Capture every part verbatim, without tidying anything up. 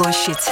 площадь».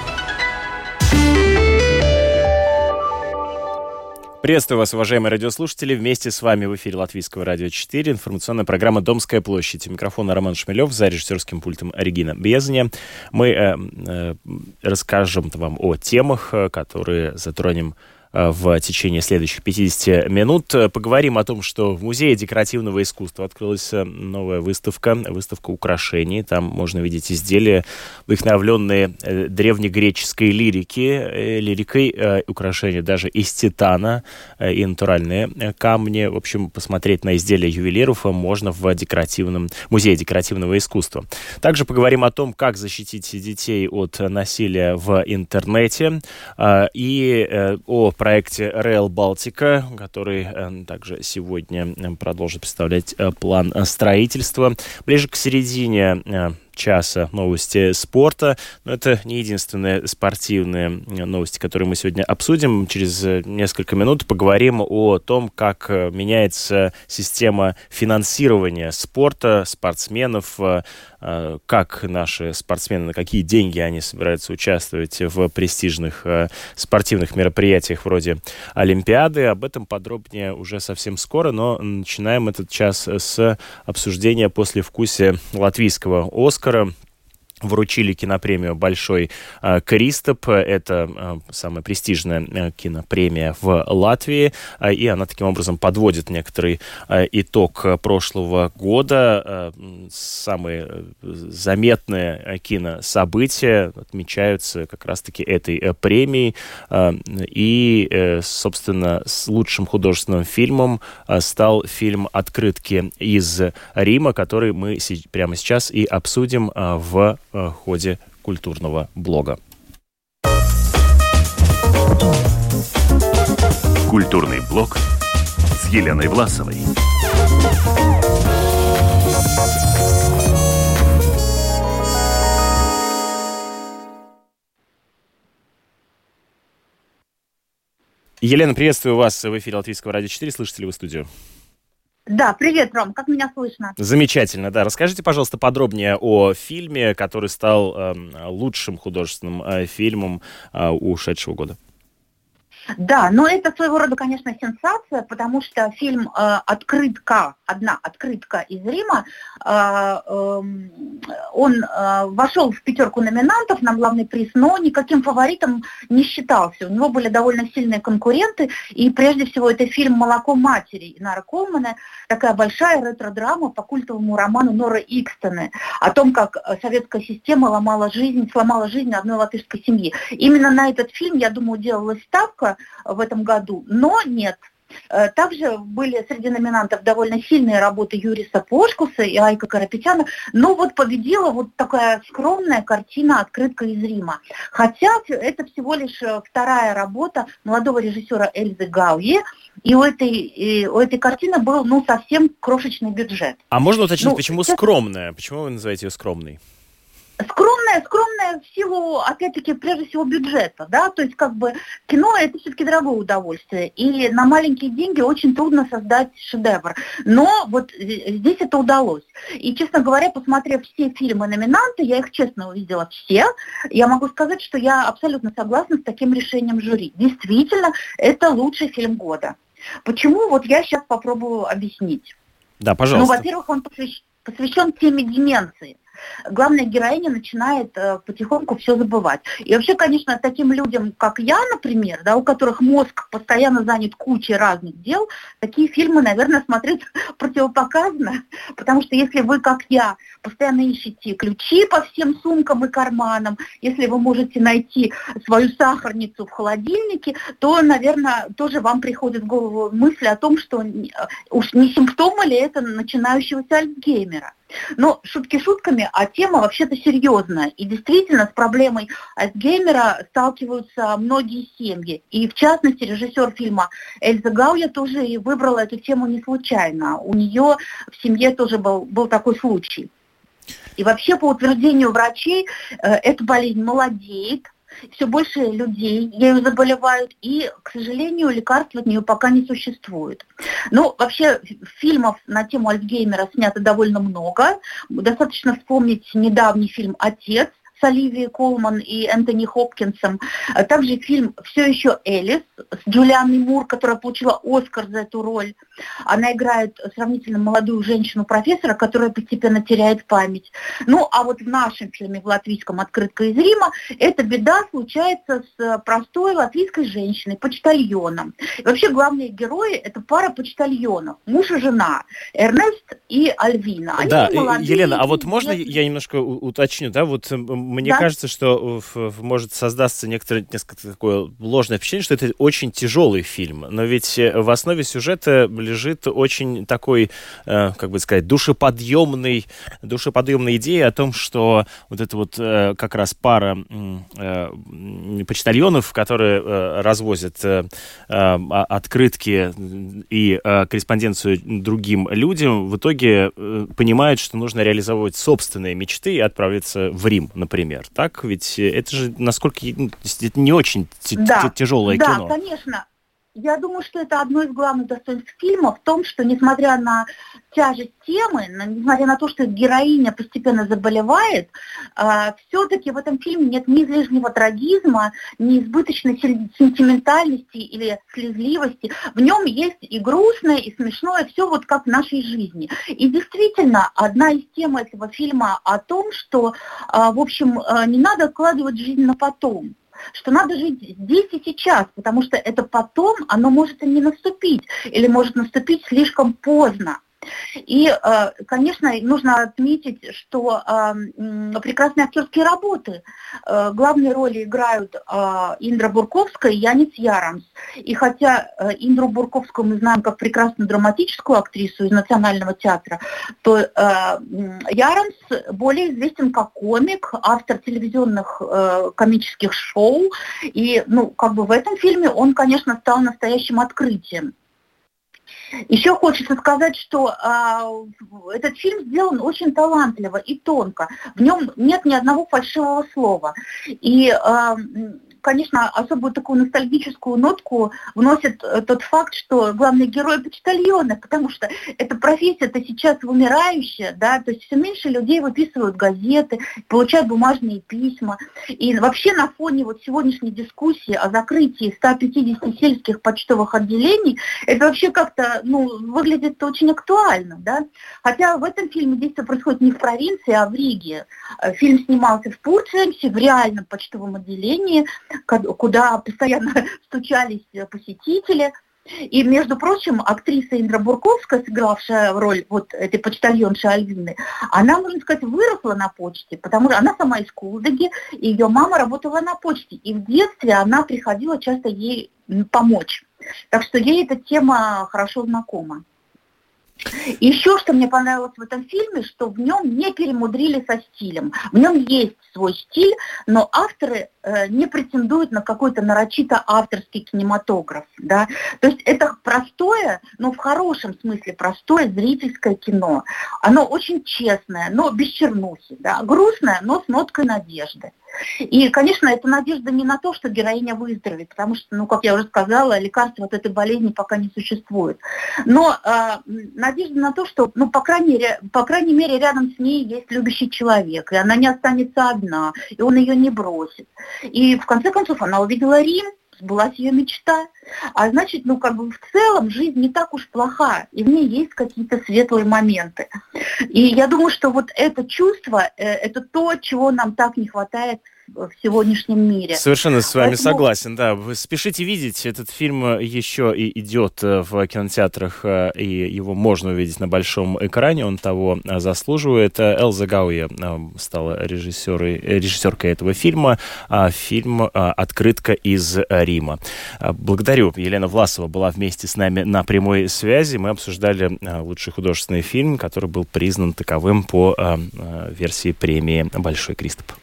Приветствую вас, уважаемые радиослушатели. Вместе с вами в эфире Латвийского радио четыре информационная программа «Домская площадь». У микрофона Роман Шмелев, за режиссерским пультом Регина Безня. Мы э, э, расскажем вам о темах, которые затронем в течение следующих пятидесяти минут. Поговорим о том, что в Музее декоративного искусства открылась новая выставка, выставка украшений. Там можно видеть изделия, вдохновленные древнегреческой лирики, лирикой, украшения даже из титана и натуральные камни. В общем, посмотреть на изделия ювелиров можно в декоративном, Музее декоративного искусства. Также поговорим о том, как защитить детей от насилия в интернете и о проекте Rail Baltica, который э, также сегодня э, продолжит представлять э, план э, строительства. Ближе к середине э, часа новости спорта. Но это не единственные спортивные новости, которые мы сегодня обсудим. Через несколько минут поговорим о том, как меняется система финансирования спорта, спортсменов, как наши спортсмены, на какие деньги они собираются участвовать в престижных спортивных мероприятиях вроде Олимпиады. Об этом подробнее уже совсем скоро, но начинаем этот час с обсуждения послевкусия латвийского «Оскара». Вручили кинопремию «Большой э, Кристоп». Это э, самая престижная э, кинопремия в Латвии. Э, и она таким образом подводит некоторый э, итог прошлого года. Э, самые заметные э, кинособытия отмечаются как раз-таки этой э, премией. Э, и, э, собственно, с лучшим художественным фильмом э, стал фильм «Открытки из Рима», который мы си- прямо сейчас и обсудим э, в в ходе культурного блога. Культурный блог с Еленой Власовой. Елена, приветствую вас в эфире Латвийского радио четыре. Слышите ли вы студию? Да, привет, Ром, как меня слышно? Замечательно, да. Расскажите, пожалуйста, подробнее о фильме, который стал э, лучшим художественным э, фильмом э, ушедшего года. Да, но это своего рода, конечно, сенсация, потому что фильм э, «Открытка», одна открытка из Рима, э, э, он э, вошел в пятерку номинантов на главный приз, но никаким фаворитом не считался. У него были довольно сильные конкуренты, и прежде всего это фильм «Молоко матери» Инары Колмана, такая большая ретро-драма по культовому роману Норы Икстены о том, как советская система ломала жизнь, сломала жизнь одной латышской семьи. Именно на этот фильм, я думаю, делалась ставка в этом году, но нет. Также были среди номинантов довольно сильные работы Юриса Пошкуса и Айка Карапетяна, но вот победила вот такая скромная картина «Открытка из Рима». Хотя это всего лишь вторая работа молодого режиссера Эльзы Гауи, и у этой, и у этой картины был ну, совсем крошечный бюджет. А можно уточнить, ну, почему это... скромная? Почему вы называете ее скромной? Скромная, скромная в силу, опять-таки, прежде всего, бюджета, да, то есть, как бы, кино – это все-таки дорогое удовольствие, и на маленькие деньги очень трудно создать шедевр, но вот здесь это удалось. И, честно говоря, посмотрев все фильмы-номинанты, я их честно увидела все, я могу сказать, что я абсолютно согласна с таким решением жюри. Действительно, это лучший фильм года. Почему? Вот я сейчас попробую объяснить. Да, пожалуйста. Ну, во-первых, он посвящен, посвящен теме деменции. Главная героиня начинает э, потихоньку все забывать. И вообще, конечно, таким людям, как я, например, да, у которых мозг постоянно занят кучей разных дел, такие фильмы, наверное, смотреть противопоказано, потому что если вы, как я, постоянно ищете ключи по всем сумкам и карманам, если вы можете найти свою сахарницу в холодильнике, то, наверное, тоже вам приходит в голову мысль о том, что уж не симптомы ли это начинающегося Альцгеймера. Но шутки шутками, а тема вообще-то серьезная. И действительно с проблемой Альцгеймера сталкиваются многие семьи. И в частности режиссер фильма Эльза Гауя тоже и выбрала эту тему не случайно. У нее в семье тоже был, был такой случай. И вообще по утверждению врачей эта болезнь молодеет. Все больше людей ею заболевают, и, к сожалению, лекарств от нее пока не существует. Ну, вообще, фильмов на тему Альцгеймера снято довольно много. Достаточно вспомнить недавний фильм «Отец» с Оливией Колман и Энтони Хопкинсом. Также фильм «Все еще Элис» с Джулианной Мур, которая получила Оскар за эту роль. Она играет сравнительно молодую женщину-профессора, которая постепенно теряет память. Ну, а вот в нашем фильме, в латвийском «Открытка из Рима», эта беда случается с простой латвийской женщиной, почтальоном. И вообще главные герои – это пара почтальонов, муж и жена, Эрнест и Альвина. Они да, молодые, Елена, а вот и можно детские. я немножко уточню, да, вот мне Да. кажется, что в, в, может создаться некоторое, несколько такое ложное впечатление, что это очень тяжелый фильм, но ведь в основе сюжета лежит очень такой, э, как бы сказать, душеподъемный, душеподъемная идея о том, что вот это вот э, как раз пара э, почтальонов, которые э, развозят э, э, открытки и э, корреспонденцию другим людям, в итоге э, понимают, что нужно реализовывать собственные мечты и отправиться в Рим, например. Так? Ведь это же, насколько... Это не очень т- Да. т- тяжелое да, кино. Да, конечно. Я думаю, что это одно из главных достоинств фильма в том, что, несмотря на тяжесть темы, несмотря на то, что героиня постепенно заболевает, э, все-таки в этом фильме нет ни излишнего трагизма, ни избыточной сентиментальности или слезливости. В нем есть и грустное, и смешное, все вот как в нашей жизни. И действительно, одна из тем этого фильма о том, что, э, в общем, э, не надо откладывать жизнь на потом, что надо жить здесь и сейчас, потому что это потом, оно может и не наступить, или может наступить слишком поздно. И, конечно, нужно отметить, что прекрасные актерские работы. Главные роли играют Индра Бурковская и Янис Яранс. И хотя Индру Бурковскую мы знаем как прекрасную драматическую актрису из Национального театра, то Яранс более известен как комик, автор телевизионных комических шоу. И, ну, как бы в этом фильме он, конечно, стал настоящим открытием. Еще хочется сказать, что э, этот фильм сделан очень талантливо и тонко. В нем нет ни одного фальшивого слова. И, э, конечно, особую такую ностальгическую нотку вносит тот факт, что главный герой почтальона, потому что эта профессия-то сейчас вымирающая, да, то есть все меньше людей выписывают газеты, получают бумажные письма. И вообще на фоне вот сегодняшней дискуссии о закрытии ста пятидесяти сельских почтовых отделений, это вообще как-то, ну, выглядит очень актуально, да. Хотя в этом фильме действие происходит не в провинции, а в Риге. Фильм снимался в Пурцемсе, в реальном почтовом отделении, куда постоянно стучались посетители. И, между прочим, актриса Индра Бурковская, сыгравшая роль вот этой почтальонши Альвины, она, можно сказать, выросла на почте, потому что она сама из Кулдыги, и ее мама работала на почте. И в детстве она приходила часто ей помочь. Так что ей эта тема хорошо знакома. Еще что мне понравилось в этом фильме, что в нем не перемудрили со стилем. В нем есть свой стиль, но авторы э, не претендуют на какой-то нарочито авторский кинематограф. Да? То есть это простое, но в хорошем смысле простое зрительское кино. Оно очень честное, но без чернухи. Да? Грустное, но с ноткой надежды. И, конечно, это надежда не на то, что героиня выздоровеет, потому что, ну, как я уже сказала, лекарства от этой болезни пока не существует. Но э, надежда на то, что, ну, по крайней мере, по крайней мере, рядом с ней есть любящий человек, и она не останется одна, и он ее не бросит. И, в конце концов, она увидела Рим, сбылась ее мечта. А значит, ну, как бы в целом жизнь не так уж плоха, и в ней есть какие-то светлые моменты. И я думаю, что вот это чувство, это то, чего нам так не хватает в сегодняшнем мире. Совершенно с вами Поэтому... согласен, да. Вы спешите видеть, этот фильм еще и идет в кинотеатрах, и его можно увидеть на большом экране, он того заслуживает. Элза Гауя стала режиссерой, режиссеркой этого фильма, фильм «Открытка из Рима». Благодарю. Елена Власова была вместе с нами на прямой связи. Мы обсуждали лучший художественный фильм, который был признан таковым по версии премии «Большой Кристоп».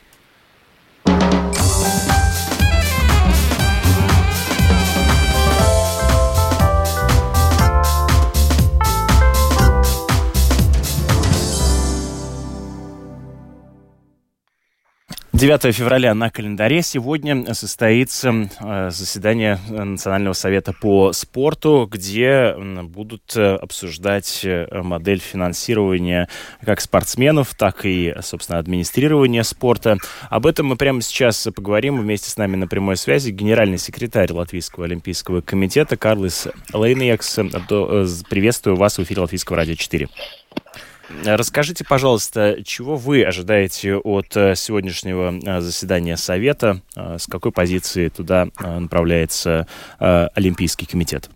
девятого февраля на календаре. Сегодня состоится заседание Национального совета по спорту, где будут обсуждать модель финансирования как спортсменов, так и, собственно, администрирования спорта. Об этом мы прямо сейчас поговорим. Вместе с нами на прямой связи генеральный секретарь Латвийского олимпийского комитета Карлис Лейниекс. Приветствую вас в эфире Латвийского радио четыре. Расскажите, пожалуйста, чего вы ожидаете от сегодняшнего заседания Совета? С какой позиции туда направляется Олимпийский комитет?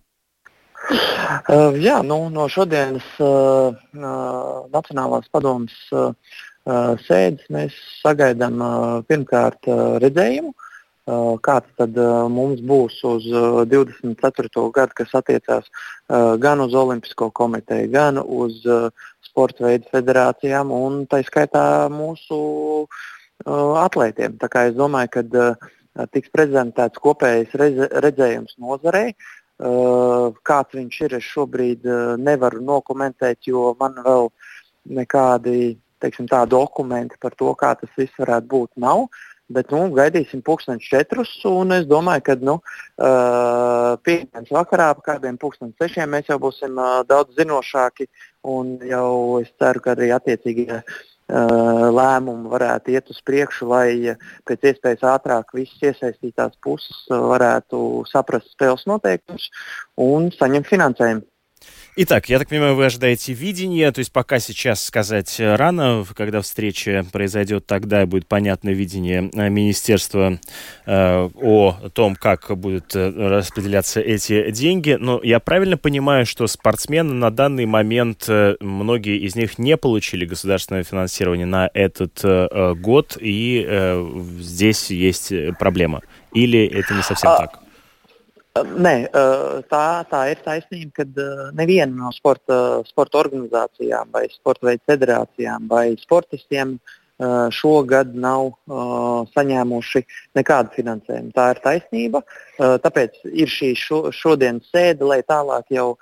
Uh, jā, nu, no šodienas uh, uh, Nacionālās padomes uh, sēdes mēs sagaidām uh, pirmkārt uh, redzējumu, uh, kāds tad uh, mums būs uz uh, divdesmit ceturto gadu, kas attiecās uh, gan uz Olimpisko komiteju, gan uz uh, sporta veidu federācijām un tā skaitā mūsu uh, atlētiem. Tā kā es domāju, ka uh, tiks prezentēts kopējais reze, redzējums nozarei. Uh, kāds viņš ir, es šobrīd uh, nevaru nokomentēt, jo man vēl nekādi, teiksim tā, dokumenti par to, kā tas viss varētu būt, nav. Bet, nu, gaidīsim pulkstens četrus, un es domāju, ka, nu, uh, piekdienas vakarā, pa kādiem pulkstens sešiem, mēs jau būsim uh, daudz zinošāki, un jau es ceru, ka arī attiecīgie uh, lēmumi varētu iet uz priekšu, lai pēc iespējas ātrāk visas iesaistītās puses varētu saprast spēles noteikumus un saņemt finansējumu. Итак, я так понимаю, вы ожидаете видения, то есть пока сейчас сказать рано, когда встреча произойдет, тогда будет понятно видение министерства э, о том, как будут распределяться эти деньги. Но я правильно понимаю, что спортсмены на данный момент, многие из них не получили государственное финансирование на этот э, год, и э, здесь есть проблема? Или это не совсем так? Nē, tā, tā ir taisnība, ka neviena no sporta, sporta organizācijām vai sporta veidu federācijām vai sportistiem šogad nav saņēmuši nekādu finansējumu. Tā ir taisnība, tāpēc ir šī šo, šodienas sēde, lai tālāk jau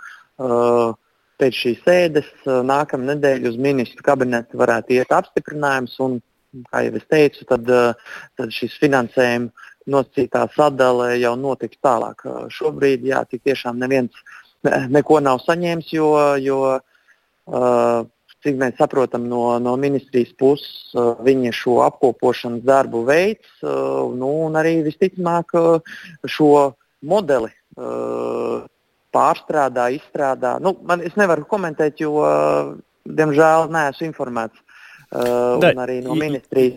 pēc šīs sēdes nākamā nedēļa uz ministru kabinetu varētu iet apstiprinājums un, kā jau es teicu, tad, tad šis finansējums nosacītā sadale jau notiks tālāk. Šobrīd, jā, tik tiešām neviens neko nav saņēmis, jo, jo uh, cik mēs saprotam no, no ministrijas puses, uh, viņi šo apkopošanas darbu veids, uh, nu, un arī visticamāk šo modeli uh, pārstrādā, izstrādā. Nu, man, es nevaru komentēt, jo, uh, diemžēl, neesmu informēts. Uh, да, и,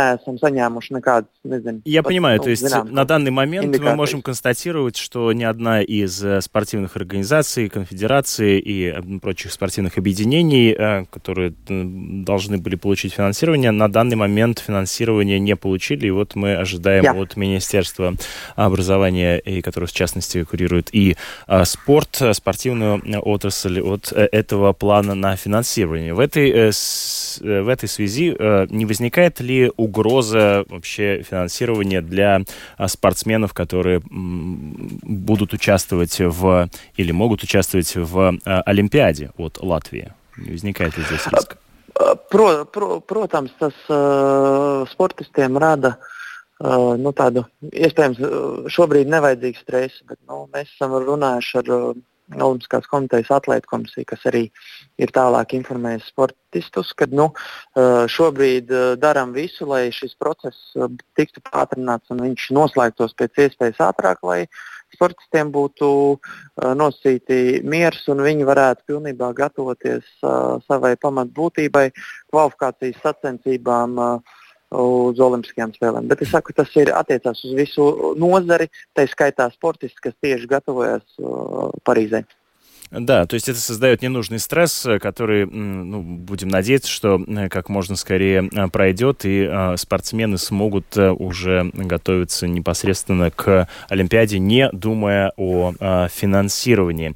я понимаю, то есть на данный момент мы можем констатировать, что ни одна из спортивных организаций, конфедераций и прочих спортивных объединений, которые должны были получить финансирование, на данный момент финансирование не получили. И вот мы ожидаем yeah. от Министерства образования, и которое в частности курирует и спорт, спортивную отрасль, от этого плана на финансирование. В этой, в этой связи не возникает ли угроза вообще финансирования для спортсменов, которые будут участвовать в или могут участвовать в Олимпиаде от Латвии? Не возникает ли здесь риск? Pro, pro, protams, tas uh, sportistiem rada uh, nu, tādu, iespējams, šobrīd nevajadzīgu stresu, bet nu, mēs esam runājuši ar uh, Olimpiskās komitejas atlētu komisiju, kas arī ir tālāk informējis sportistus, kad nu, šobrīd darām visu, lai šis process tiktu pātrināts un viņš noslēgtos pēc iespējas ātrāk, lai sportistiem būtu nosacīti miers un viņi varētu pilnībā gatavoties savai pamatbūtībai, kvalifikācijas sacensībām uz Olimpiskajām spēlēm. Bet es saku, tas ir attiecās uz visu nozari, tā skaitā sportisti, kas tieši gatavojas uh, Паризе. Да, то есть это создает ненужный стресс, который, ну, будем надеяться, что как можно скорее пройдет, и э, спортсмены смогут уже готовиться непосредственно к Олимпиаде, не думая о э, финансировании.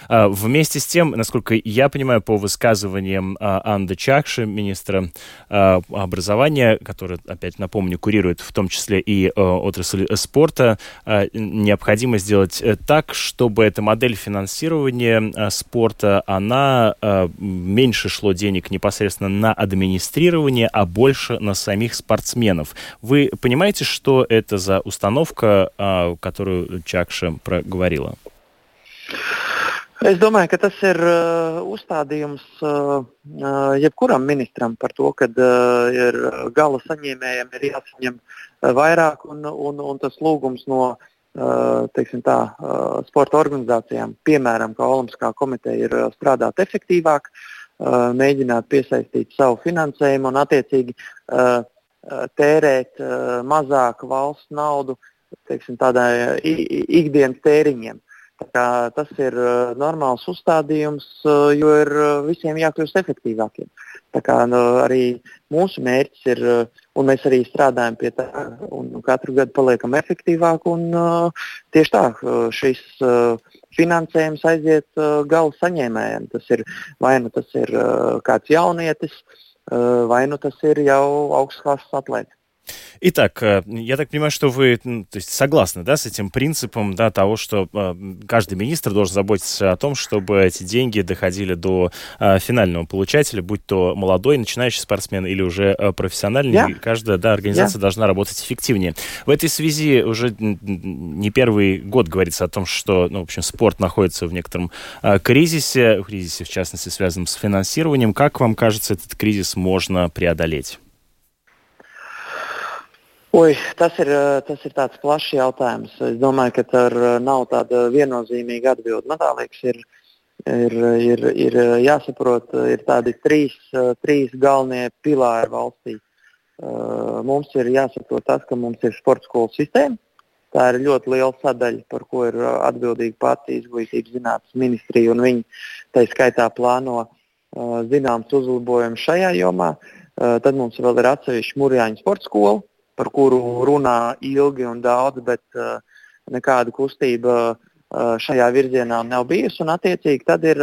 Вместе с тем, насколько я понимаю, по высказываниям Анды Чакши, министра образования, который, опять напомню, курирует в том числе и отрасль спорта, необходимо сделать так, чтобы эта модель финансирования спорта, она меньше шло денег непосредственно на администрирование, а больше на самих спортсменов. Вы понимаете, что это за установка, которую Чакша проговорила? Es domāju, ka tas ir uh, uzstādījums uh, jebkuram ministram par to, ka uh, ir gala saņēmējiem ir jāsaņem vairāk un, un, un tas lūgums no uh, teiksim tā, uh, sporta organizācijām, piemēram, kā Olimpiskā komiteja, ir uh, strādāt efektīvāk, uh, mēģināt piesaistīt savu finansējumu un attiecīgi uh, tērēt uh, mazāk valsts naudu, teiksim, tādai ikdienas tēriņiem. Tā kā tas ir uh, normāls uzstādījums, uh, jo ir uh, visiem jākļūst efektīvākiem. Tā kā nu, arī mūsu mērķis ir, uh, un mēs arī strādājam pie tā, un katru gadu paliekam efektīvāk, un uh, tieši tā, uh, šis uh, finansējums aiziet uh, gala saņēmējiem. Tas ir, vai nu tas ir uh, kāds jaunietis, uh, vai nu tas ir jau augstklases atlēts. Итак, я так понимаю, что вы ну, то есть согласны, да, с этим принципом, да, того, что э, каждый министр должен заботиться о том, чтобы эти деньги доходили до э, финального получателя, будь то молодой, начинающий спортсмен или уже э, профессиональный, yeah. каждая да, организация yeah. должна работать эффективнее. В этой связи уже не первый год говорится о том, что, ну, в общем, спорт находится в некотором э, кризисе, кризисе, в частности, связанном с финансированием. Как вам кажется, этот кризис можно преодолеть? Oi, tas ir, tas ir tāds plašs jautājums. Es domāju, ka tur nav tāda viennozīmīga atbilde. Man liekas, ir, ir, ir, ir jāsaprot, ir tādi trīs, trīs galvenie pilāri valstī. Mums ir jāsaprot tas, ka mums ir sporta skolu sistēma. Tā ir ļoti liela sadaļa, par ko ir atbildīga pati izglītības zinātnes ministrija, un viņi tai skaitā plāno zināms uzlabojumus šajā jomā. Tad mums vēl ir atsevišķa Murjāņu sporta skola, par kuru runā ilgi un daudz, bet uh, nekāda kustība uh, šajā virzienā nav bijusi. Un attiecīgi tad ir,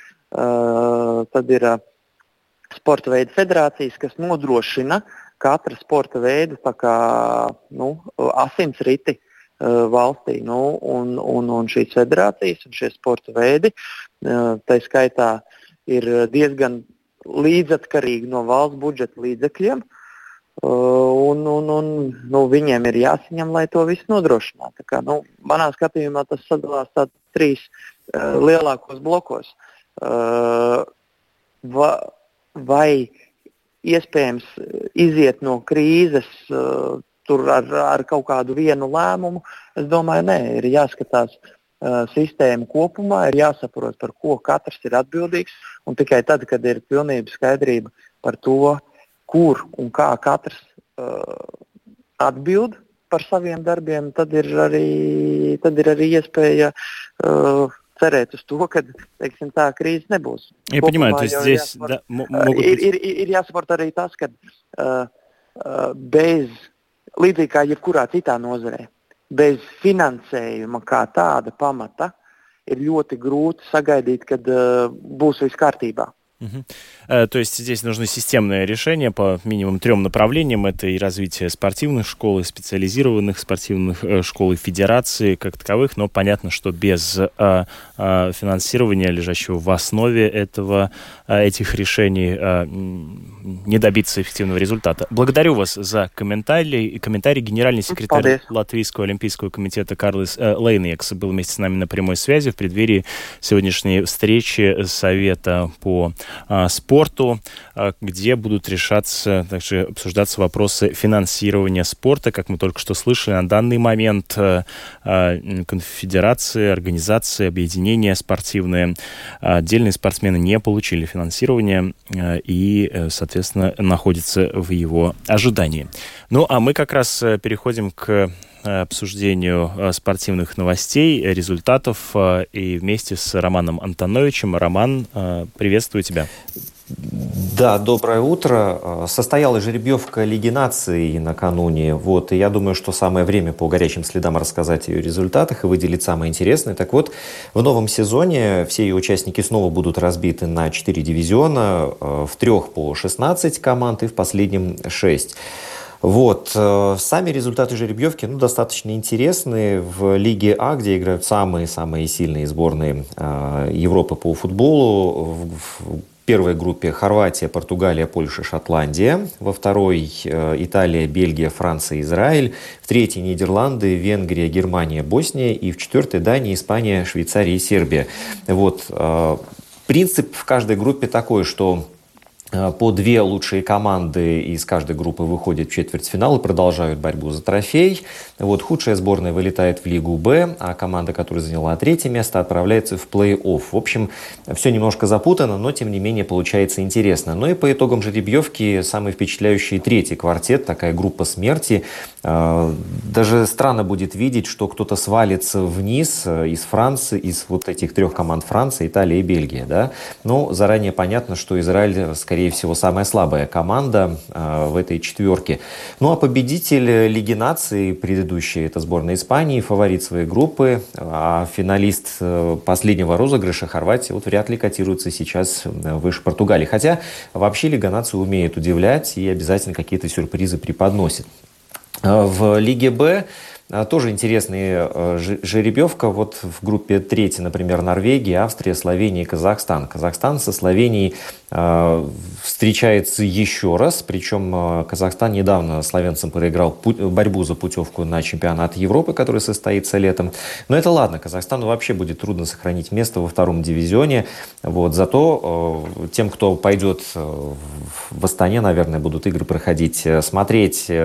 uh, tad ir uh, sporta veidu federācijas, kas nodrošina katra sporta veidu tā kā nu, asinsriti uh, valstī. Nu, un, un, un šīs federācijas un šie sporta veidi, uh, tai skaitā, ir diezgan līdzatkarīgi no valsts budžeta līdzekļiem. Uh, un, un, un nu, viņiem ir jāsaņem, lai to visu nodrošinātu. Tā kā, nu, manā skatījumā tas sadalās tādā trīs uh, lielākos blokos. Uh, va, vai iespējams iziet no krīzes uh, tur ar, ar kaut kādu vienu lēmumu? Es domāju, nē, ir jāskatās uh, sistēma kopumā, ir jāsaprot, par ko katrs ir atbildīgs, un tikai tad, kad ir pilnība skaidrība par to, kur un kā katrs uh, atbild par saviem darbiem, tad ir arī, tad ir arī iespēja uh, cerēt uz to, ka, teiksim, tā krīze nebūs. Я понимаю, то есть здесь да, могут быть... Ir, ir, ir jāsaprot arī tas, ka uh, uh, bez, līdzīgi kā jebkurā citā nozarē, bez finansējuma kā tāda pamata ir ļoti grūti sagaidīt, kad uh, būs viss kārtībā. Угу. То есть здесь нужны системные решения по минимум трем направлениям. Это и развитие спортивных школ, и специализированных спортивных школ, и федерации как таковых. Но понятно, что без а, а, финансирования, лежащего в основе этого, а, этих решений, а, не добиться эффективного результата. Благодарю вас за комментарий. Комментарий. Генеральный секретарь Спасибо. Латвийского олимпийского комитета Карлис э, Лейниекс был вместе с нами на прямой связи в преддверии сегодняшней встречи Совета по спорту, где будут решаться, также обсуждаться вопросы финансирования спорта. Как мы только что слышали, на данный момент конфедерации, организации, объединения спортивные, отдельные спортсмены не получили финансирование и, соответственно, находятся в его ожидании. Ну, а мы как раз переходим к обсуждению спортивных новостей, результатов, и вместе с Романом Антоновичем. Роман, приветствую тебя. Да, доброе утро. Состоялась жеребьевка Лиги наций накануне. Вот, и я думаю, что самое время по горячим следам рассказать о ее результатах и выделить самое интересное. Так вот, в новом сезоне все ее участники снова будут разбиты на четыре дивизиона, в трех по шестнадцать команд и в последнем шесть. Вот. Сами результаты жеребьевки ну, достаточно интересные. В Лиге А, где играют самые-самые сильные сборные Европы по футболу, в первой группе Хорватия, Португалия, Польша, Шотландия. Во второй Италия, Бельгия, Франция, Израиль. В третьей Нидерланды, Венгрия, Германия, Босния. И в четвертой Дания, Испания, Швейцария и Сербия. Вот. Принцип в каждой группе такой, что по две лучшие команды из каждой группы выходят в четвертьфинал и продолжают борьбу за трофей. Вот, худшая сборная вылетает в Лигу Б, а команда, которая заняла третье место, отправляется в плей-офф. В общем, все немножко запутано, но тем не менее получается интересно. Ну и по итогам жеребьевки самый впечатляющий третий квартет, такая группа смерти. Даже странно будет видеть, что кто-то свалится вниз из Франции, из вот этих трех команд Франции, Италия и Бельгия. Да? Но заранее понятно, что Израиль, скорее всего, самая слабая команда э, в этой четверке. Ну а победитель Лиги наций, предыдущий, это сборная Испании, фаворит своей группы, а финалист э, последнего розыгрыша Хорватии вот вряд ли котируется сейчас выше Португалии. Хотя вообще Лига наций умеет удивлять и обязательно какие-то сюрпризы преподносит. В Лиге Б тоже интересная жеребьевка. Вот в группе третьей, например, Норвегия, Австрия, Словения и Казахстан. Казахстан со Словенией э, встречается еще раз. Причем э, Казахстан недавно словенцам проиграл пу- борьбу за путевку на чемпионат Европы, который состоится летом. Но это ладно. Казахстану вообще будет трудно сохранить место во втором дивизионе. Вот. Зато э, тем, кто пойдет э, в Астане, наверное, будут игры проходить, э, смотреть э,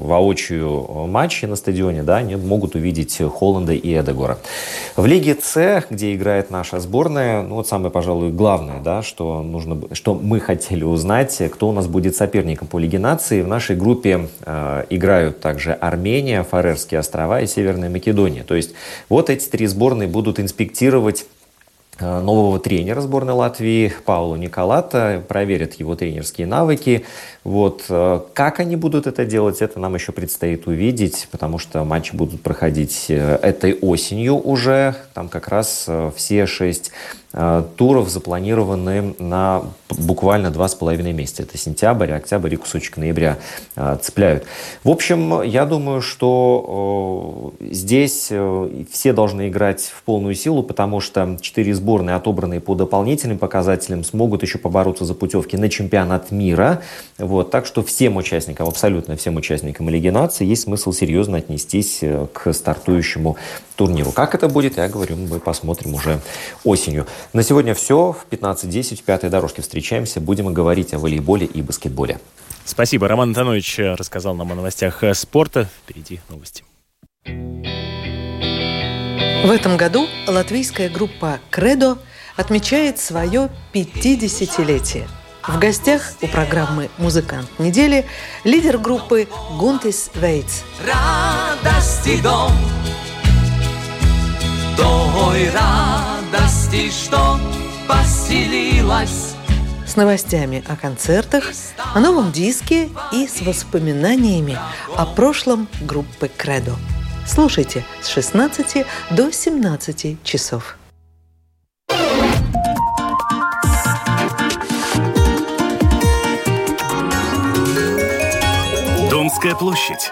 воочию матчи на стадионе, да, они могут увидеть Холланда и Эдегора. В Лиге С, где играет наша сборная, ну вот самое, пожалуй, главное, да, что нужно, что мы хотели узнать, кто у нас будет соперником по Лиге наций. В нашей группе э, играют также Армения, Фарерские острова и Северная Македония. То есть вот эти три сборные будут инспектировать нового тренера сборной Латвии Паулу Николата, проверят его тренерские навыки. Вот. Как они будут это делать, это нам еще предстоит увидеть, потому что матчи будут проходить этой осенью уже. Там как раз все шесть туров запланированы на буквально два с половиной месяца. Это сентябрь, октябрь и кусочек ноября цепляют. В общем, я думаю, что здесь все должны играть в полную силу, потому что четыре сборные, отобранные по дополнительным показателям, смогут еще побороться за путевки на чемпионат мира. Вот. Так что всем участникам, абсолютно всем участникам Лиги наций есть смысл серьезно отнестись к стартующему турниру. Как это будет, я говорю, мы посмотрим уже осенью. На сегодня все. В пятнадцать десять в пятой дорожке встречаемся. Будем говорить о волейболе и баскетболе. Спасибо. Роман Антонович рассказал нам о новостях спорта. Впереди новости. В этом году латвийская группа «Кредо» отмечает свое пятидесятилетие. В гостях у программы «Музыкант недели» лидер группы Гунтис Вейтс. Радости дом, той радости, что поселилась. С новостями о концертах, о новом диске и с воспоминаниями о прошлом группы «Кредо». Слушайте с шестнадцати до семнадцати часов. Домская площадь.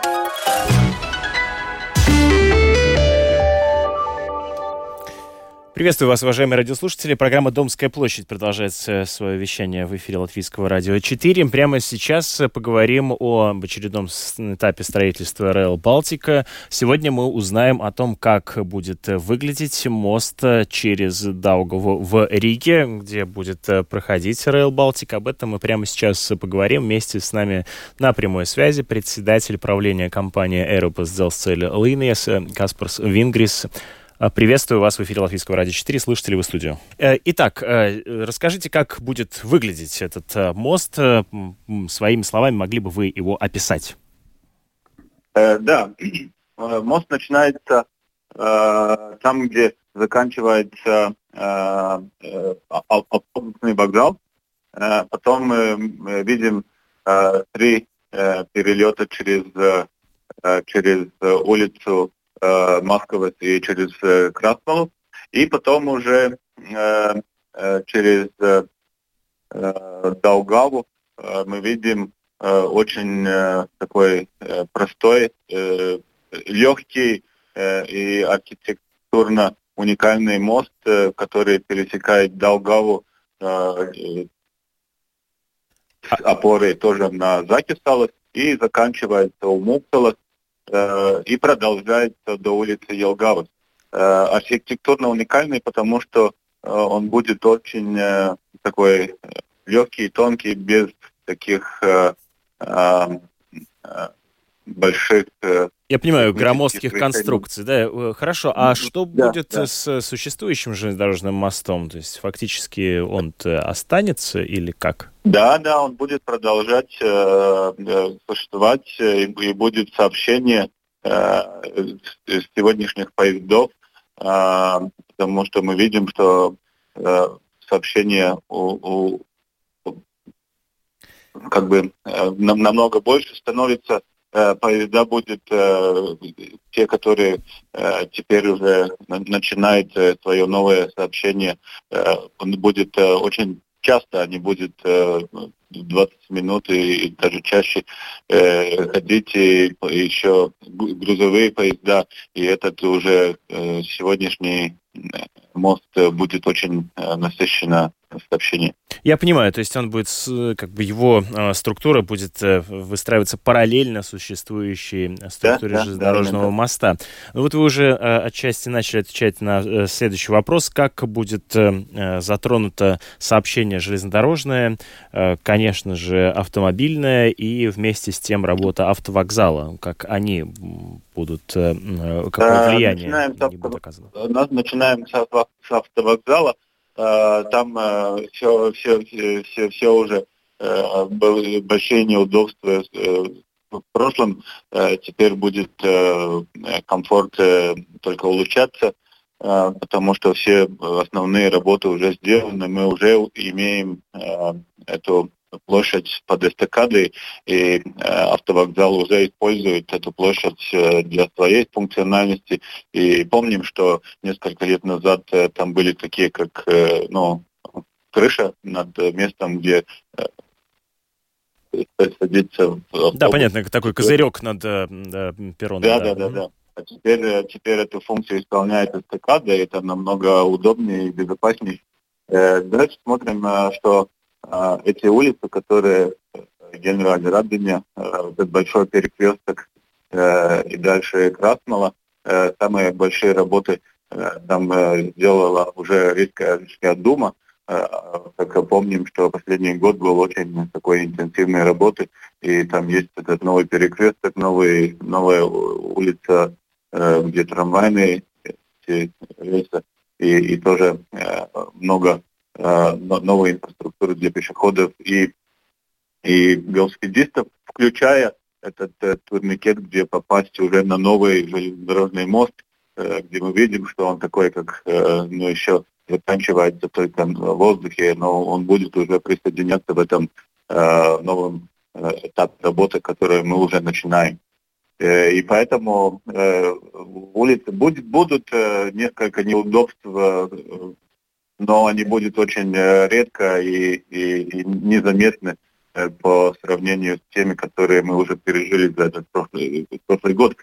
Приветствую вас, уважаемые радиослушатели. Программа «Домская площадь» продолжает свое вещание в эфире Латвийского радио четыре. Прямо сейчас поговорим об очередном этапе строительства Rail Baltica. Сегодня мы узнаем о том, как будет выглядеть мост через Даугаву в Риге, где будет проходить Rail Baltica. Об этом мы прямо сейчас поговорим. Вместе с нами на прямой связи председатель правления компании Eiropas Dzelzceļa līnijas Каспарс Вингрис. Приветствую вас в эфире Латвийского радио четыре. Слышите ли вы студию? Итак, расскажите, как будет выглядеть этот мост. Своими словами могли бы вы его описать? Да, мост начинается там, где заканчивается автобусный вокзал. Э, потом э, мы видим э, три э, перелета через, э, через улицу э, Москвы и через э, Краснову. И потом уже э, э, через э, Даугаву э, мы видим э, очень э, такой э, простой, э, легкий э, и архитектурно уникальный мост, э, который пересекает Даугаву э, с опорой тоже на Закисалас и заканчивается у Мукталас э, и продолжается до улицы Елгавас. Э, архитектурно уникальный, потому что э, он будет очень э, такой легкий, тонкий, без таких э, э, больших... Э, Я понимаю, громоздких конструкций, да? Хорошо, а что да, будет да. с существующим железнодорожным мостом? То есть фактически он-то останется или как? Да, да, он будет продолжать э, существовать, э, и будет сообщение э, с сегодняшних поездов, э, потому что мы видим, что э, сообщение у, у как бы э, намного больше становится. Э, поезда будет э, те, которые э, теперь уже начинают э, свое новое сообщение, э, он будет э, очень часто, они будут э, двадцать минут и, и даже чаще э, ходить, и, и еще грузовые поезда, и этот уже э, сегодняшний мост будет очень э, насыщенно сообщение. Я понимаю, то есть он будет, как бы его э, структура будет э, выстраиваться параллельно существующей структуре да, железнодорожного да, да, моста. Ну вот вы уже э, отчасти начали отвечать на э, следующий вопрос. Как будет э, затронуто сообщение железнодорожное, э, конечно же, автомобильное и вместе с тем работа автовокзала? Как они будут, э, какое влияние они будут оказывать? Начинаем с автовокзала. Там э, все, все, все, все уже э, были большие неудобства э, в прошлом. Э, теперь будет э, комфорт э, только улучшаться, э, потому что все основные работы уже сделаны. Мы уже имеем э, эту площадь под эстакадой, и э, автовокзал уже использует эту площадь э, для своей функциональности. И помним, что несколько лет назад э, там были такие, как э, ну, крыша над местом, где э, садиться в автобус. Да, понятно, такой козырек над да, перроном. Да, да, да, да, да. А теперь, теперь эту функцию исполняет эстакада, и это намного удобнее и безопаснее. Э, дальше смотрим, что эти улицы, которые генеральной Радине, этот большой перекресток э, и дальше Красного, э, самые большие работы э, там э, сделала уже Рижская, Рижская дума. Э, как помним, что последний год был очень такой интенсивной работы, и там есть этот новый перекресток, новый, новая улица, э, где трамвайные рельсы, и, и тоже э, много новой инфраструктуры для пешеходов и, и велосипедистов, включая этот э, турникет, где попасть уже на новый железнодорожный мост, э, где мы видим, что он такой, как э, ну, еще заканчивается только в воздухе, но он будет уже присоединяться в этом э, новом э, этапе работы, который мы уже начинаем. Э, и поэтому э, улицы будет, будут э, несколько неудобств, э, но они будут очень э, редко и, и, и незаметны э, по сравнению с теми, которые мы уже пережили за этот прошлый, прошлый год.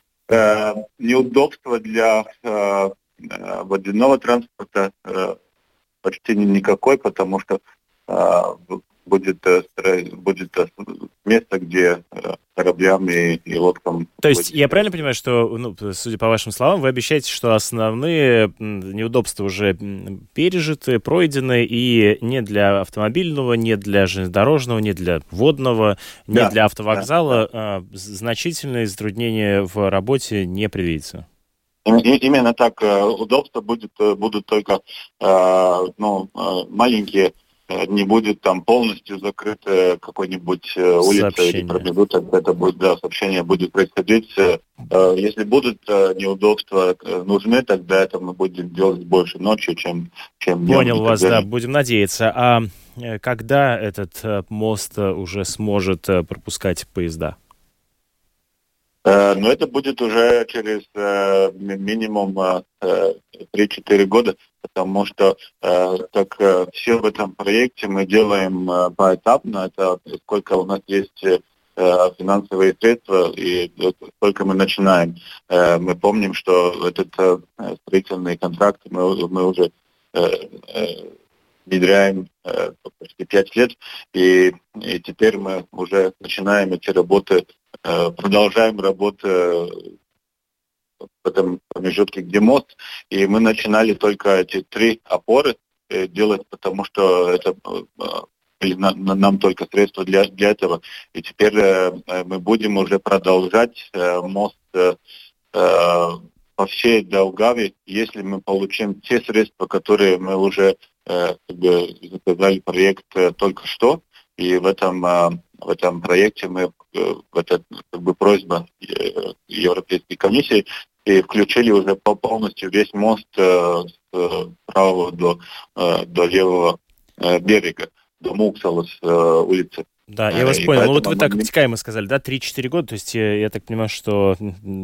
Э, неудобства для э, водяного транспорта э, почти никакой, потому что э, будет, э, будет э, место, где э, кораблям и, и лодкам... То есть я правильно понимаю, что, ну, судя по вашим словам, вы обещаете, что основные неудобства уже пережиты, пройдены, и не для автомобильного, не для железнодорожного, не для водного, не да, для автовокзала да, да. значительные затруднения в работе не предвидится? Именно так. Удобства будет, будут только ну, маленькие. Не будет там полностью закрыта какой-нибудь улица или промежуток, это будет, да, сообщение будет происходить. Если будут неудобства нужны, тогда это мы будем делать больше ночью, чем, чем днем. Понял вас, да, будем надеяться. А когда этот мост уже сможет пропускать поезда? Но это будет уже через э, минимум э, три-четыре года, потому что э, так э, все в этом проекте мы делаем э, поэтапно. Это сколько у нас есть э, финансовые средства и сколько мы начинаем. Э, мы помним, что этот э, строительный контракт мы, мы уже э, э, внедряем э, почти пять лет, и, и теперь мы уже начинаем эти работы, э, продолжаем работу в этом промежутке, где мост, и мы начинали только эти три опоры э, делать, потому что это э, на, на, нам только средства для, для этого, и теперь э, мы будем уже продолжать э, мост э, э, по всей Даугаве, если мы получим те средства, которые мы уже э, как бы, заказали проект э, только что, и в этом, э, в этом проекте мы, э, в это как бы просьба э, Европейской комиссии, и включили уже полностью весь мост э, с э, правого до, э, до левого э, берега, до Муксалас э, улицы. Да, я вас и понял. Ну вот вы так обтекаемо сказали, да, три-четыре года, то есть я, я так понимаю, что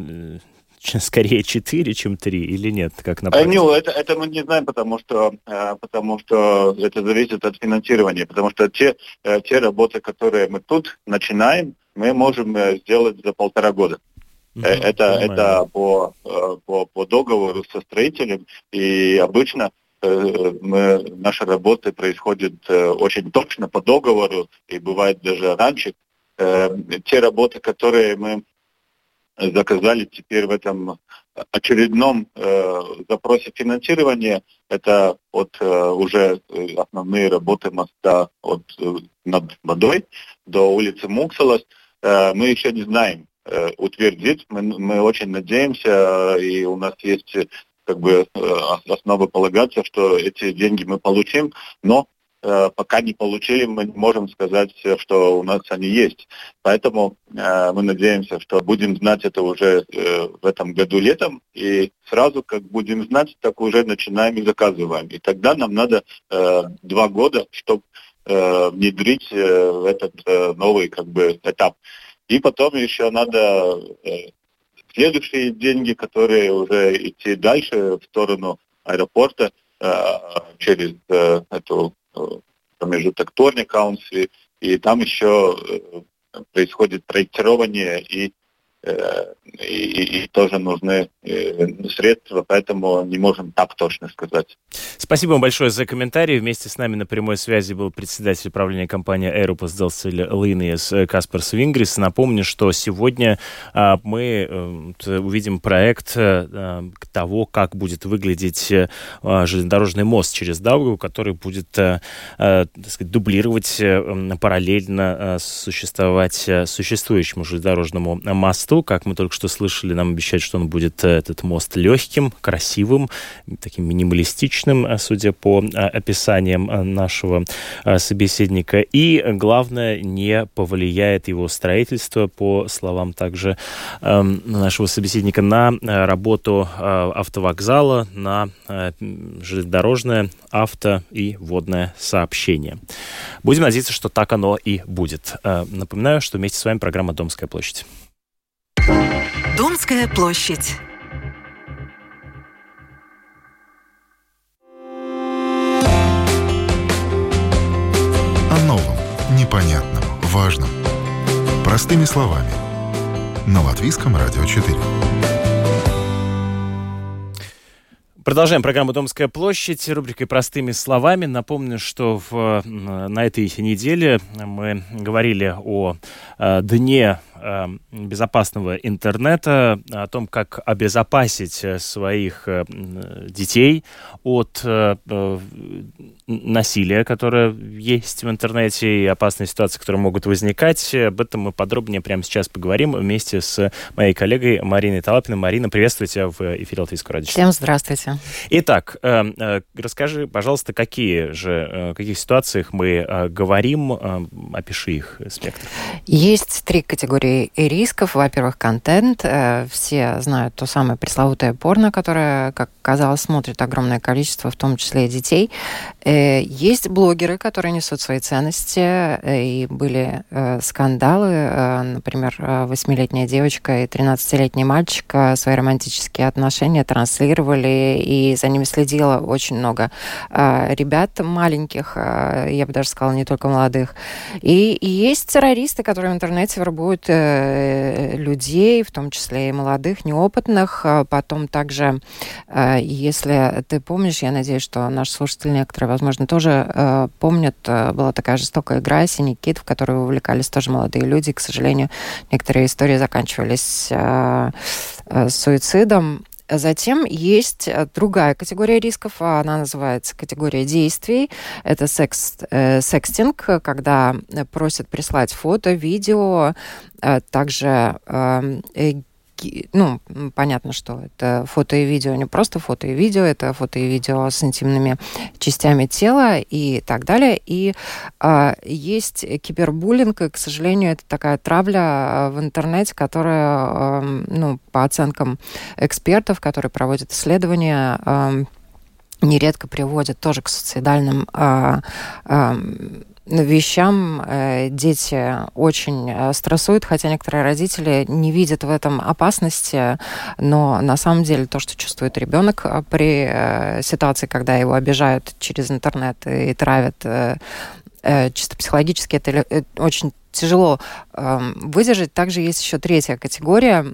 скорее четыре, чем три, или нет? Как на практике? Не, это, это мы не знаем, потому что, потому что это зависит от финансирования. Потому что те, те работы, которые мы тут начинаем, мы можем сделать за полтора года. Mm-hmm, это, это по, по, по договору со строителем. И обычно мы, наши работы происходят очень точно по договору, и бывает даже раньше. Те работы, которые мы заказали теперь в этом очередном э, запросе финансирования, это от э, уже основные работы моста от э, над водой до улицы Муксалас. Э, мы еще не знаем э, утвердить. Мы, мы очень надеемся, э, и у нас есть как бы э, основы полагаться, что эти деньги мы получим, но пока не получили, мы не можем сказать, что у нас они есть. Поэтому э, мы надеемся, что будем знать это уже э, в этом году летом, и сразу, как будем знать, так уже начинаем и заказываем. И тогда нам надо э, два года, чтобы э, внедрить э, этот э, новый как бы этап. И потом еще надо э, следующие деньги, которые уже идти дальше в сторону аэропорта э, через э, эту промежуток Торникаунс, и там еще происходит проектирование, и, и, и тоже нужны средства, поэтому не можем так точно сказать. Спасибо вам большое за комментарий. Вместе с нами на прямой связи был председатель правления компании Eiropas Dzelzceļa līnijas Каспарс Вингрис. Напомню, что сегодня а, мы а, увидим проект а, того, как будет выглядеть а, железнодорожный мост через Даугаву, который будет а, а, так сказать, дублировать а, параллельно а, существовать а, существующему железнодорожному мосту. Как мы только что слышали, нам обещают, что он будет, этот мост, легким, красивым, таким минималистичным, судя по описаниям нашего собеседника. И, главное, не повлияет его строительство, по словам также нашего собеседника, на работу автовокзала, на железнодорожное, авто и водное сообщение. Будем надеяться, что так оно и будет. Напоминаю, что вместе с вами программа «Домская площадь». Домская площадь. О новом, непонятном, важном. Простыми словами. На Латвийском радио четыре. Продолжаем программу «Домская площадь» рубрикой «Простыми словами». Напомню, что в, на этой неделе мы говорили о э, дне э, безопасного интернета, о том, как обезопасить своих э, детей от э, насилия, которое есть в интернете, и опасные ситуации, которые могут возникать. Об этом мы подробнее прямо сейчас поговорим вместе с моей коллегой Мариной Талапиной. Марина, приветствую тебя в эфире Латвийского радио. Всем здравствуйте. Итак, э, э, расскажи, пожалуйста, какие же, э, в каких ситуациях мы э, говорим, э, опиши их спектр. Есть три категории категории рисков. Во-первых, контент. Все знают то самое пресловутое порно, которое, как казалось, смотрит огромное количество, в том числе и детей. Есть блогеры, которые несут свои ценности, и были скандалы. Например, восьмилетняя девочка и тринадцатилетний мальчик свои романтические отношения транслировали, и за ними следило очень много ребят маленьких, я бы даже сказала, не только молодых. И, и есть террористы, которые в интернете вербуют э, людей, в том числе и молодых, неопытных. Потом также, э, если ты помнишь, я надеюсь, что наши слушатели некоторые, возможно, тоже э, помнят, э, была такая жестокая игра «Синий кит», в которой вовлекались тоже молодые люди. К сожалению, некоторые истории заканчивались э, э, суицидом. Затем есть другая категория рисков, она называется категория действий. Это секс, э, секстинг, когда просят прислать фото, видео, э, также э, ну, понятно, что это фото и видео, не просто фото и видео, это фото и видео с интимными частями тела и так далее. И э, есть кибербуллинг, и, к сожалению, это такая травля в интернете, которая, э, ну, по оценкам экспертов, которые проводят исследования, э, нередко приводит тоже к суицидальным э, э, вещам. Дети очень стрессуют, хотя некоторые родители не видят в этом опасности, но на самом деле то, что чувствует ребенок при ситуации, когда его обижают через интернет и травят, чисто психологически это очень тяжело выдержать. Также есть еще третья категория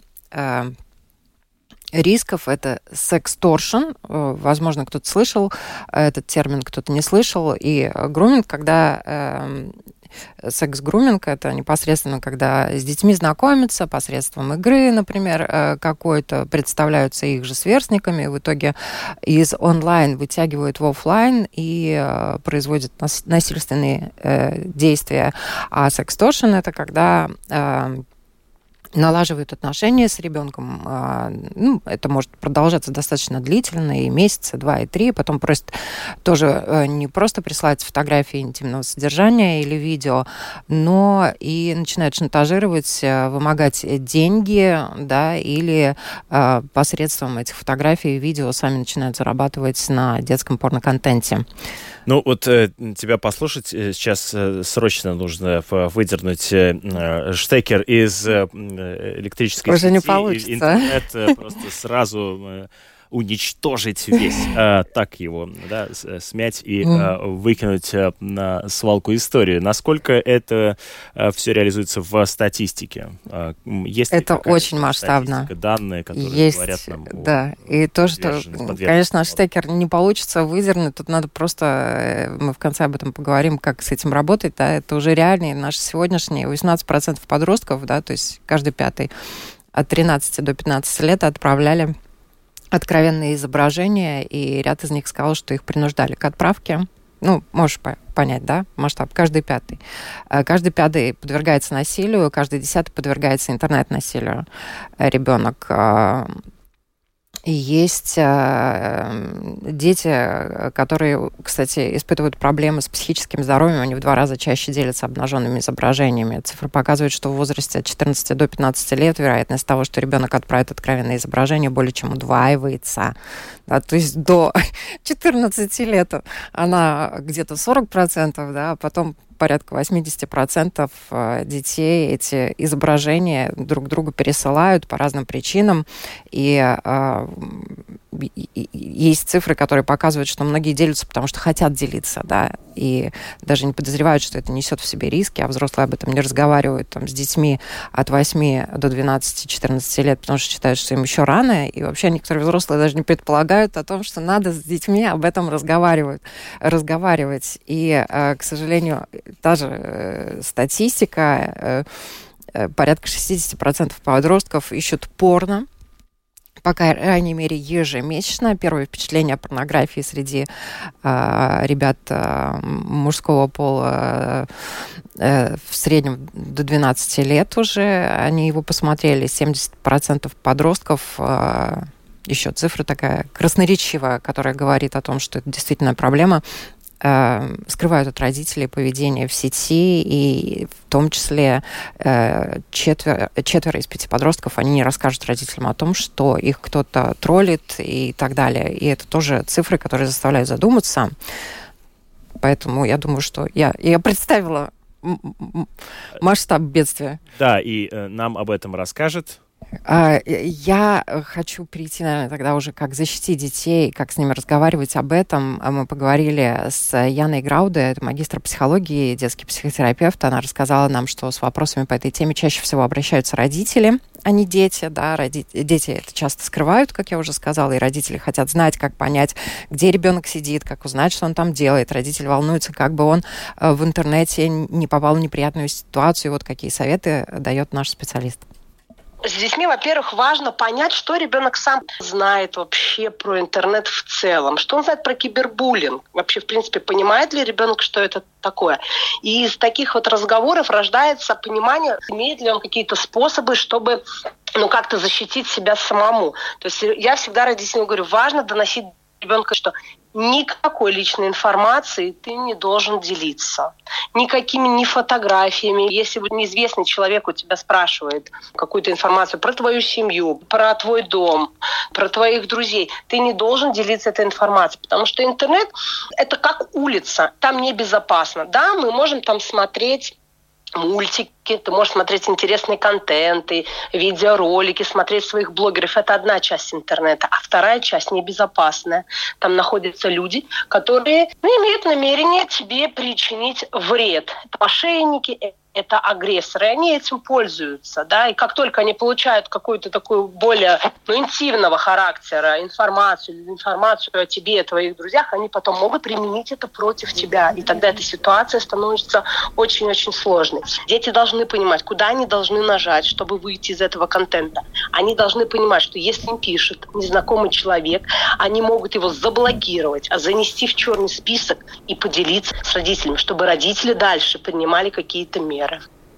рисков. Это сексторшн. Возможно, кто-то слышал этот термин, кто-то не слышал. И груминг, когда э, секс-груминг, это непосредственно, когда с детьми знакомятся посредством игры, например, э, какой-то, представляются их же сверстниками, в итоге из онлайн вытягивают в офлайн и э, производят нас- насильственные э, действия. А сексторшн — это когда э, налаживают отношения с ребенком. Ну, это может продолжаться достаточно длительно, и месяца, два, и три. Потом просят тоже не просто прислать фотографии интимного содержания или видео, но и начинают шантажировать, вымогать деньги, да, или посредством этих фотографий и видео сами начинают зарабатывать на детском порноконтенте. Ну, вот э, тебя послушать сейчас э, срочно нужно выдернуть э, штекер из э, электрической Уже сети. не получится. Интернет э, просто сразу э, уничтожить весь, э, так его, да, смять и э, выкинуть э, на свалку истории. Насколько это э, все реализуется в статистике? Э, есть это очень масштабно. Данные, которые есть, говорят нам да. о, и то, что, конечно, штекер не получится выдернуть, тут надо просто, мы в конце об этом поговорим, как с этим работать, да, это уже реальные наши сегодняшние восемнадцать процентов подростков, да, то есть каждый пятый от тринадцати до пятнадцати лет отправляли откровенные изображения, и ряд из них сказал, что их принуждали к отправке. Ну, можешь понять, да, масштаб. Каждый пятый. Каждый пятый подвергается насилию, каждый десятый подвергается интернет-насилию ребенок. И есть э, дети, которые, кстати, испытывают проблемы с психическим здоровьем, они в два раза чаще делятся обнаженными изображениями. Цифры показывают, что в возрасте от четырнадцати до пятнадцати лет вероятность того, что ребенок отправит откровенное изображение, более чем удваивается. Да, то есть до четырнадцати лет она где-то сорок процентов, да, а потом порядка восемьдесят процентов детей эти изображения друг другу пересылают по разным причинам. И э, есть цифры, которые показывают, что многие делятся, потому что хотят делиться, да, и даже не подозревают, что это несет в себе риски, а взрослые об этом не разговаривают там, с детьми от восьми до двенадцати-четырнадцати лет, потому что считают, что им еще рано, и вообще некоторые взрослые даже не предполагают о том, что надо с детьми об этом разговаривать. разговаривать. И, э, к сожалению, та же э, статистика, э, э, порядка шестьдесят процентов подростков ищут порно, по крайней мере, ежемесячно. Первое впечатление о порнографии среди э, ребят э, мужского пола э, в среднем до двенадцати лет уже. Они его посмотрели. семьдесят процентов подростков, э, еще цифра такая красноречивая, которая говорит о том, что это действительно проблема, э, скрывают от родителей поведение в сети, и в том числе э, четверо, четверо из пяти подростков, они не расскажут родителям о том, что их кто-то троллит и так далее. И это тоже цифры, которые заставляют задуматься. Поэтому я думаю, что я, я представила масштаб бедствия. Да, и э, нам об этом расскажет. Я хочу перейти, наверное, тогда уже как защитить детей, как с ними разговаривать об этом. Мы поговорили с Яной Грауде, это магистр психологии, детский психотерапевт. Она рассказала нам, что с вопросами по этой теме чаще всего обращаются родители, а не дети. Да, роди... Дети это часто скрывают, как я уже сказала, и родители хотят знать, как понять, где ребенок сидит, как узнать, что он там делает. Родители волнуются, как бы он в интернете не попал в неприятную ситуацию. Вот какие советы дает наш специалист. С детьми, во-первых, важно понять, что ребенок сам знает вообще про интернет в целом, что он знает про кибербуллинг. Вообще, в принципе, понимает ли ребенок, что это такое. И из таких вот разговоров рождается понимание, имеет ли он какие-то способы, чтобы ну, как-то защитить себя самому. То есть я всегда родителям говорю, важно доносить ребенку, что никакой личной информации ты не должен делиться. Никакими ни фотографиями. Если неизвестный человек у тебя спрашивает какую-то информацию про твою семью, про твой дом, про твоих друзей, ты не должен делиться этой информацией. Потому что интернет – это как улица. Там небезопасно. Да, мы можем там смотреть мультики, ты можешь смотреть интересные контенты, видеоролики, смотреть своих блогеров. Это одна часть интернета. А вторая часть небезопасная. Там находятся люди, которые ну, имеют намерение тебе причинить вред. Это мошенники, это агрессоры. И они этим пользуются. Да? И как только они получают какую-то такую более ну, интимного характера информацию, информацию о тебе и твоих друзьях, они потом могут применить это против тебя. И тогда эта ситуация становится очень-очень сложной. Дети должны понимать, куда они должны нажать, чтобы выйти из этого контента. Они должны понимать, что если им пишет незнакомый человек, они могут его заблокировать, а занести в черный список и поделиться с родителями, чтобы родители дальше принимали какие-то меры.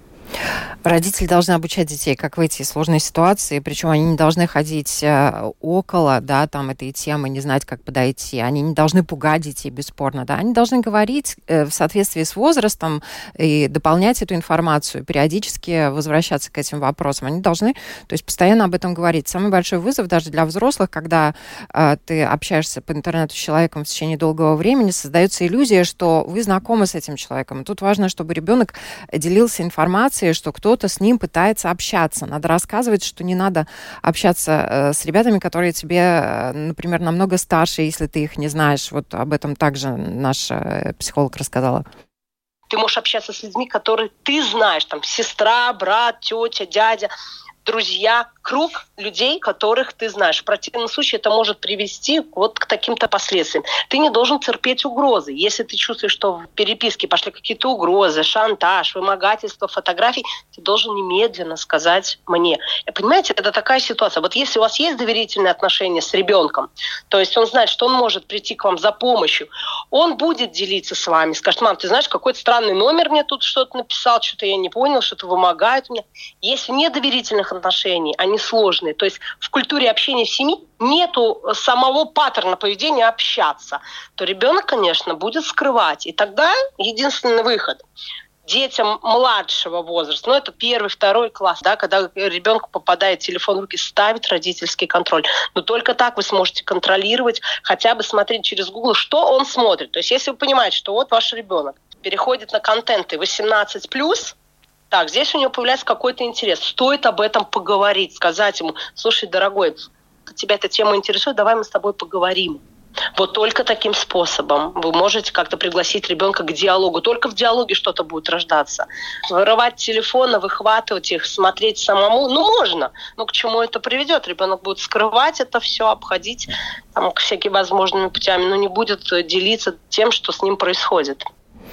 Родители должны обучать детей, как выйти из сложной ситуации, причем они не должны ходить около, да, там, этой темы, не знать, как подойти. Они не должны пугать детей, бесспорно, да. Они должны говорить в соответствии с возрастом и дополнять эту информацию, периодически возвращаться к этим вопросам. Они должны, то есть, постоянно об этом говорить. Самый большой вызов даже для взрослых, когда э, ты общаешься по интернету с человеком в течение долгого времени, создается иллюзия, что вы знакомы с этим человеком. И тут важно, чтобы ребенок делился информацией, что кто-то с ним пытается общаться. Надо рассказывать, что не надо общаться э, с ребятами, которые тебе, э, например, намного старше, если ты их не знаешь. Вот об этом также наш э, психолог рассказала. Ты можешь общаться с людьми, которые ты знаешь, там, сестра, брат, тетя, дядя, друзья, круг людей, которых ты знаешь. В противном случае это может привести вот к таким-то последствиям. Ты не должен терпеть угрозы. Если ты чувствуешь, что в переписке пошли какие-то угрозы, шантаж, вымогательство фотографий, ты должен немедленно сказать мне. Понимаете, это такая ситуация. Вот если у вас есть доверительные отношения с ребенком, то есть он знает, что он может прийти к вам за помощью, он будет делиться с вами, скажет, мам, ты знаешь, какой-то странный номер мне тут что-то написал, что-то я не понял, что-то вымогает у меня. Если нет доверительных отношений, они сложные. То есть в культуре общения в семье нету самого паттерна поведения общаться, то ребенок, конечно, будет скрывать. И тогда единственный выход детям младшего возраста, ну это первый, второй класс, да, когда ребенку попадает телефон в руки, ставить родительский контроль. Но только так вы сможете контролировать, хотя бы смотреть через Google, что он смотрит. То есть если вы понимаете, что вот ваш ребенок переходит на контенты восемнадцать плюс, так, здесь у него появляется какой-то интерес. Стоит об этом поговорить, сказать ему, слушай, дорогой, тебя эта тема интересует, давай мы с тобой поговорим. Вот только таким способом вы можете как-то пригласить ребенка к диалогу. Только в диалоге что-то будет рождаться. Вырывать телефоны, выхватывать их, смотреть самому, ну можно. Но к чему это приведет? Ребенок будет скрывать это все, обходить там, всякими возможными путями, но не будет делиться тем, что с ним происходит.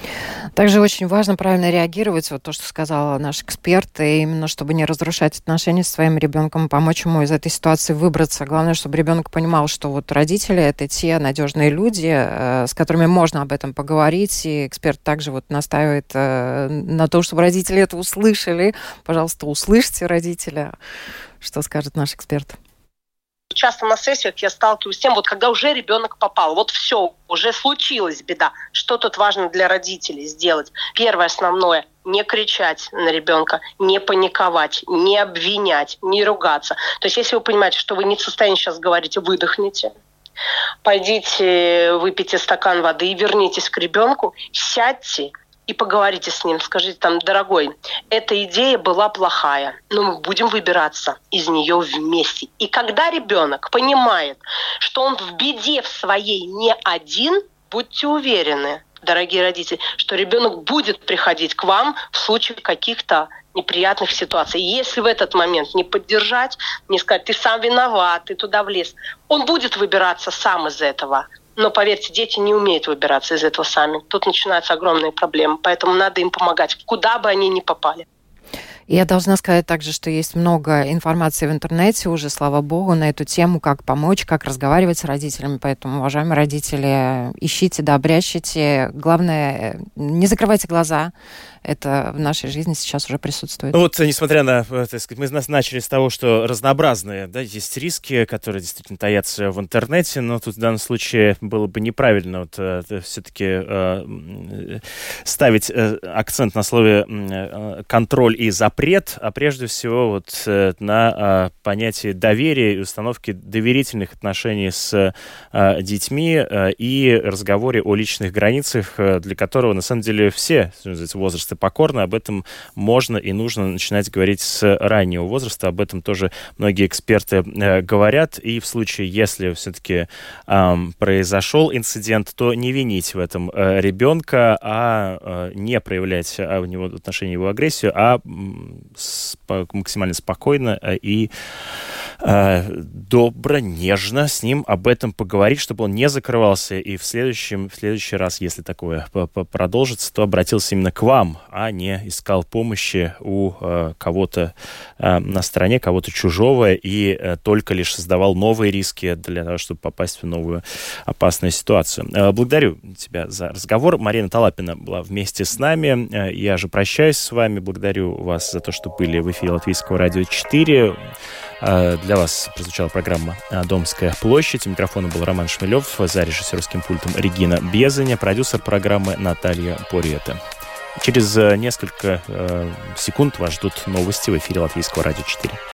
Также очень важно правильно реагировать, вот то, что сказала наш эксперт, и именно чтобы не разрушать отношения с своим ребенком, помочь ему из этой ситуации выбраться. Главное, чтобы ребенок понимал, что вот родители — это те надежные люди, с которыми можно об этом поговорить, и эксперт также вот настаивает на том, чтобы родители это услышали. Пожалуйста, услышьте родителя. Что скажет наш эксперт? Часто на сессиях я сталкиваюсь с тем, вот когда уже ребенок попал, вот все, уже случилась беда. Что тут важно для родителей сделать? Первое основное – не кричать на ребенка, не паниковать, не обвинять, не ругаться. То есть если вы понимаете, что вы не в состоянии сейчас говорить, выдохните. Пойдите, выпейте стакан воды и вернитесь к ребенку, сядьте и поговорите с ним. Скажите там: дорогой, эта идея была плохая, но мы будем выбираться из нее вместе. И когда ребенок понимает, что он в беде в своей не один, будьте уверены, дорогие родители, что ребенок будет приходить к вам в случае каких-то неприятных ситуаций. Если в этот момент не поддержать, не сказать: ты сам виноват, ты туда влез, он будет выбираться сам из этого. Но, поверьте, дети не умеют выбираться из этого сами. Тут начинаются огромные проблемы, поэтому надо им помогать, куда бы они ни попали. Я должна сказать также, что есть много информации в интернете уже, слава богу, на эту тему, как помочь, как разговаривать с родителями. Поэтому, уважаемые родители, ищите, да, обрящите. Главное, не закрывайте глаза. Это в нашей жизни сейчас уже присутствует. Вот, несмотря на, так сказать, мы начали с того, что разнообразные, да, есть риски, которые действительно таятся в интернете, но тут в данном случае было бы неправильно вот, все-таки э, ставить э, акцент на слове э, контроль и запрет, а прежде всего вот э, на э, понятие доверия и установки доверительных отношений с э, детьми э, и разговоре о личных границах, э, для которого, на самом деле, все, что называется, возраста покорно, об этом можно и нужно начинать говорить с раннего возраста. Об этом тоже многие эксперты э, говорят. И в случае, если все-таки э, произошел инцидент, то не винить в этом э, ребенка, а э, не проявлять а, в него в отношении его агрессию, а спо- максимально спокойно э, и э, добро, нежно с ним об этом поговорить, чтобы он не закрывался. И в следующем, в следующий раз, если такое продолжится, то обратился именно к вам, а не искал помощи у э, кого-то э, на стороне, кого-то чужого, и э, только лишь создавал новые риски для того, чтобы попасть в новую опасную ситуацию. Э, благодарю тебя за разговор. Марина Талапина была вместе с нами. Э, я же прощаюсь с вами. Благодарю вас за то, что были в эфире Латвийского радио четыре. Э, для вас прозвучала программа «Домская площадь». У микрофона был Роман Шмелев, за режиссерским пультом Регина Безаня, продюсер программы Наталья Порета. Через несколько э, секунд вас ждут новости в эфире Латвийского радио четыре.